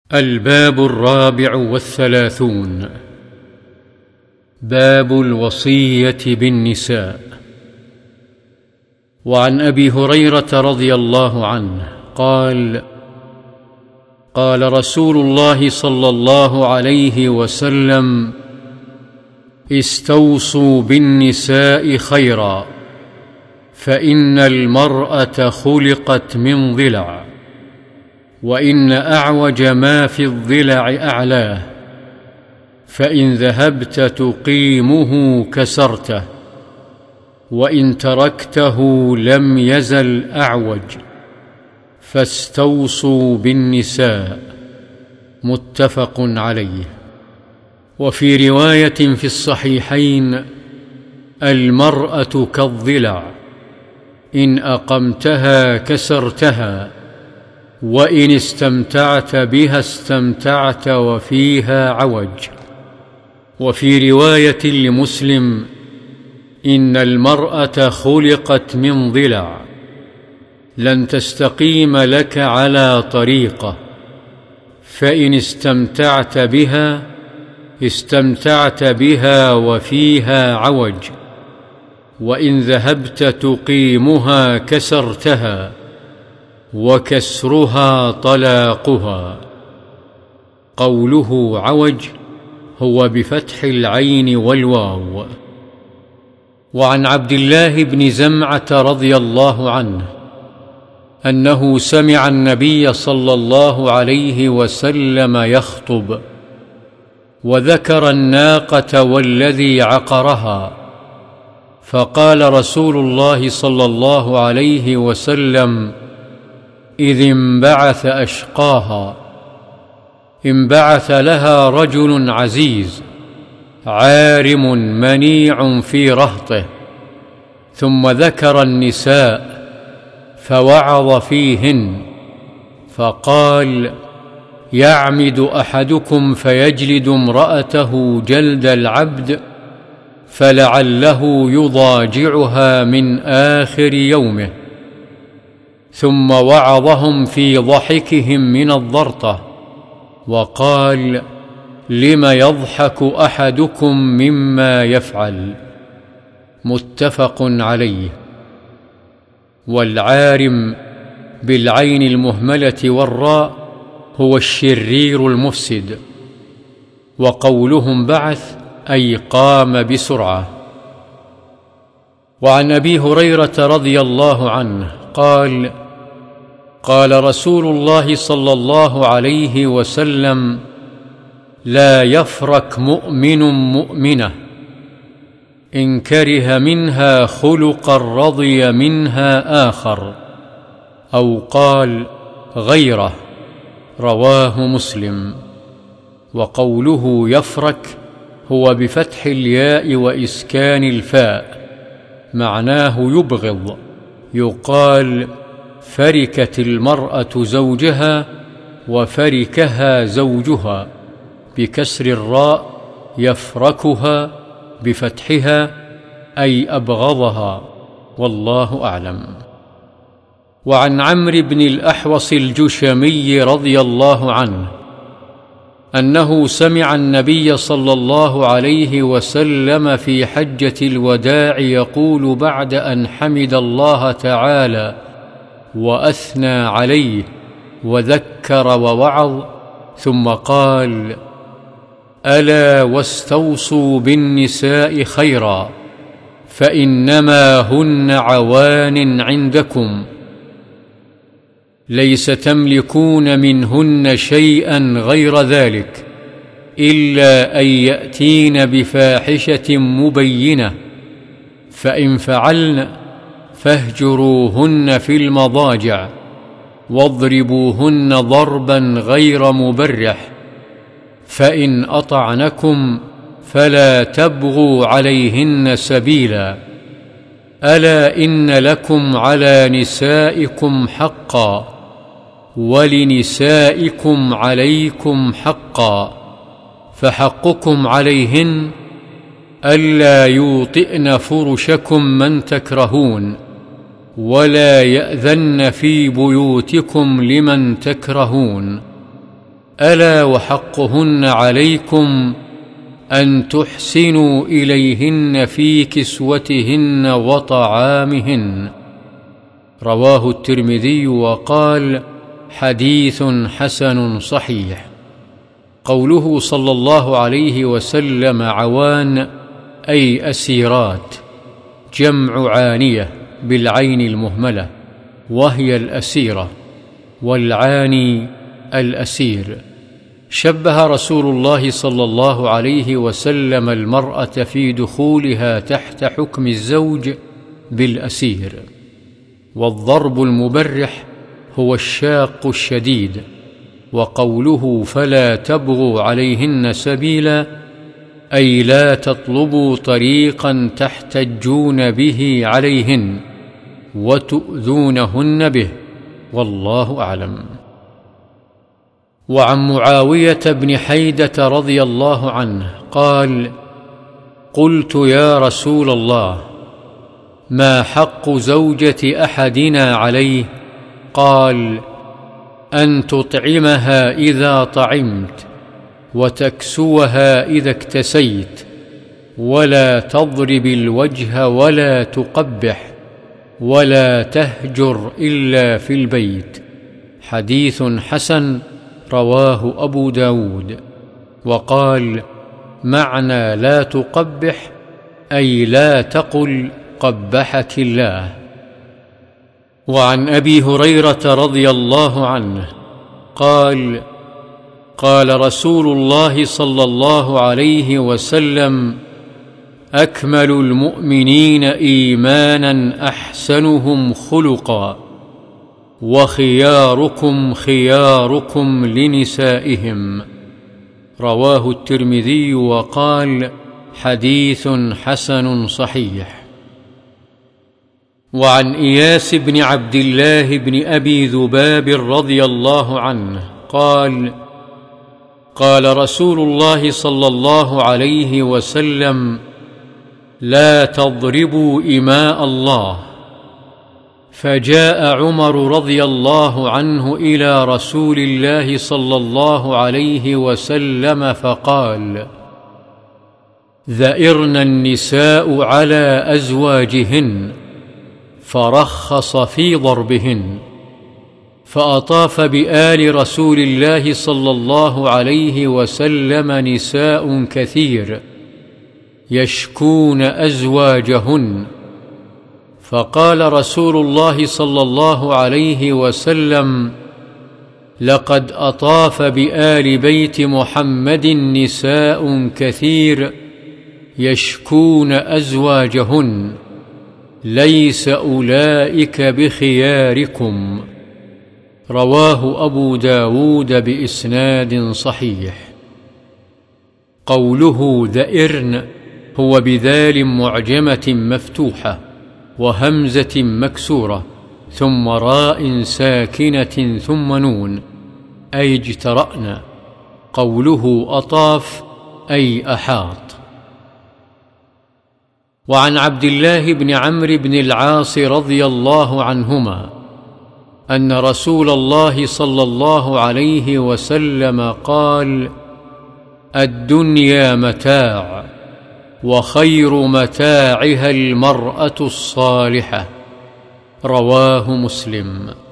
الباب 34. باب الوصية بالنساء. وعن أبي هريرة رضي الله عنه قال: قال رسول الله صلى الله عليه وسلم: استوصوا بالنساء خيرا، فإن المرأة خلقت من ضلع، وإن أعوج ما في الضلع أعلاه، فإن ذهبت تقيمه كسرته، وإن تركته لم يزل أعوج، فاستوصوا بالنساء. متفق عليه. وفي رواية في الصحيحين: المرأة كالضلع، إن أقمتها كسرتها، وإن استمتعت بها استمتعت وفيها عوج. وفي رواية لمسلم: إن المرأة خلقت من ضلع، لن تستقيم لك على طريقة، فإن استمتعت بها استمتعت بها وفيها عوج، وإن ذهبت تقيمها كسرتها، وكسرها طلاقها. قوله عوج هو بفتح العين والواو. وعن عبد الله بن زمعة رضي الله عنه أنه سمع النبي صلى الله عليه وسلم يخطب، وذكر الناقة والذي عقرها، فقال رسول الله صلى الله عليه وسلم: إذ انبعث أشقاها، انبعث لها رجل عزيز عارم منيع في رهطه، ثم ذكر النساء فوعظ فيهن، فقال: يعمد أحدكم فيجلد امرأته جلد العبد، فلعله يضاجعها من آخر يومه. ثم وعظهم في ضحكهم من الضرطة، وقال: لم يضحك أحدكم مما يفعل. متفق عليه. والعارم بالعين المهملة والراء هو الشرير المفسد. وقولهم بعث أي قام بسرعة. وعن أبي هريرة رضي الله عنه قال: قال رسول الله صلى الله عليه وسلم: لا يفرك مؤمن مؤمنة، إن كره منها خلقا رضي منها آخر، أو قال غيره. رواه مسلم. وقوله يفرك هو بفتح الياء وإسكان الفاء، معناه يبغض. يقال: فركت المرأة زوجها، وفركها زوجها، بكسر الراء، يفركها بفتحها، أي أبغضها. والله أعلم. وعن عمرو بن الأحوص الجشمي رضي الله عنه أنه سمع النبي صلى الله عليه وسلم في حجة الوداع يقول بعد أن حمد الله تعالى وأثنى عليه وذكر ووعظ، ثم قال: ألا واستوصوا بالنساء خيرا، فإنما هن عوان عندكم، ليس تملكون منهن شيئا غير ذلك، إلا أن يأتين بفاحشة مبينة، فإن فعلن فاهجروهن في المضاجع، واضربوهن ضربا غير مبرح، فإن أطعنكم فلا تبغوا عليهن سبيلا، ألا إن لكم على نسائكم حقا، ولنسائكم عليكم حقا، فحقكم عليهن ألا يوطئن فرشكم من تكرهون، ولا يأذن في بيوتكم لمن تكرهون، ألا وحقهن عليكم أن تحسنوا إليهن في كسوتهن وطعامهن. رواه الترمذي وقال: حديث حسن صحيح. قوله صلى الله عليه وسلم عوان أي أسيرات، جمع عانية بالعين المهملة، وهي الأسيرة، والعاني الأسير. شبه رسول الله صلى الله عليه وسلم المرأة في دخولها تحت حكم الزوج بالأسير. والضرب المبرح هو الشاق الشديد. وقوله فلا تبغوا عليهن سبيلا أي لا تطلبوا طريقا تحتجون به عليهن وتؤذونهن به، والله أعلم. وعن معاوية بن حيدة رضي الله عنه قال: قلت يا رسول الله، ما حق زوجة أحدنا عليه؟ قال: أن تطعمها إذا طعمت، وتكسوها إذا اكتسيت، ولا تضرب الوجه ولا تقبح، ولا تهجر إلا في البيت. حديث حسن رواه أبو داود. وقال: معنى لا تقبح أي لا تقل قبحك الله. وعن أبي هريرة رضي الله عنه قال: قال رسول الله صلى الله عليه وسلم: أكمل المؤمنين إيمانا أحسنهم خلقا، وخياركم خياركم لنسائهم. رواه الترمذي وقال: حديث حسن صحيح. وعن إياس بن عبد الله بن أبي ذباب رضي الله عنه قال: قال رسول الله صلى الله عليه وسلم: لا تضربوا إماء الله. فجاء عمر رضي الله عنه إلى رسول الله صلى الله عليه وسلم فقال: ذئرن النساء على أزواجهن، فرخص في ضربهن. فأطاف بآل رسول الله صلى الله عليه وسلم نساء كثير يشكون أزواجهن، فقال رسول الله صلى الله عليه وسلم: لقد أطاف بآل بيت محمد نساء كثير يشكون أزواجهن، ليس أولئك بخياركم. رواه أبو داود بإسناد صحيح. قوله ذئرن هو بذال معجمة مفتوحة وهمزة مكسورة ثم راء ساكنة ثم نون، أي اجترأن. قوله أطاف أي أحاط. وعن عبد الله بن عمرو بن العاص رضي الله عنهما أن رسول الله صلى الله عليه وسلم قال: الدنيا متاع، وخير متاعها المرأة الصالحة. رواه مسلم.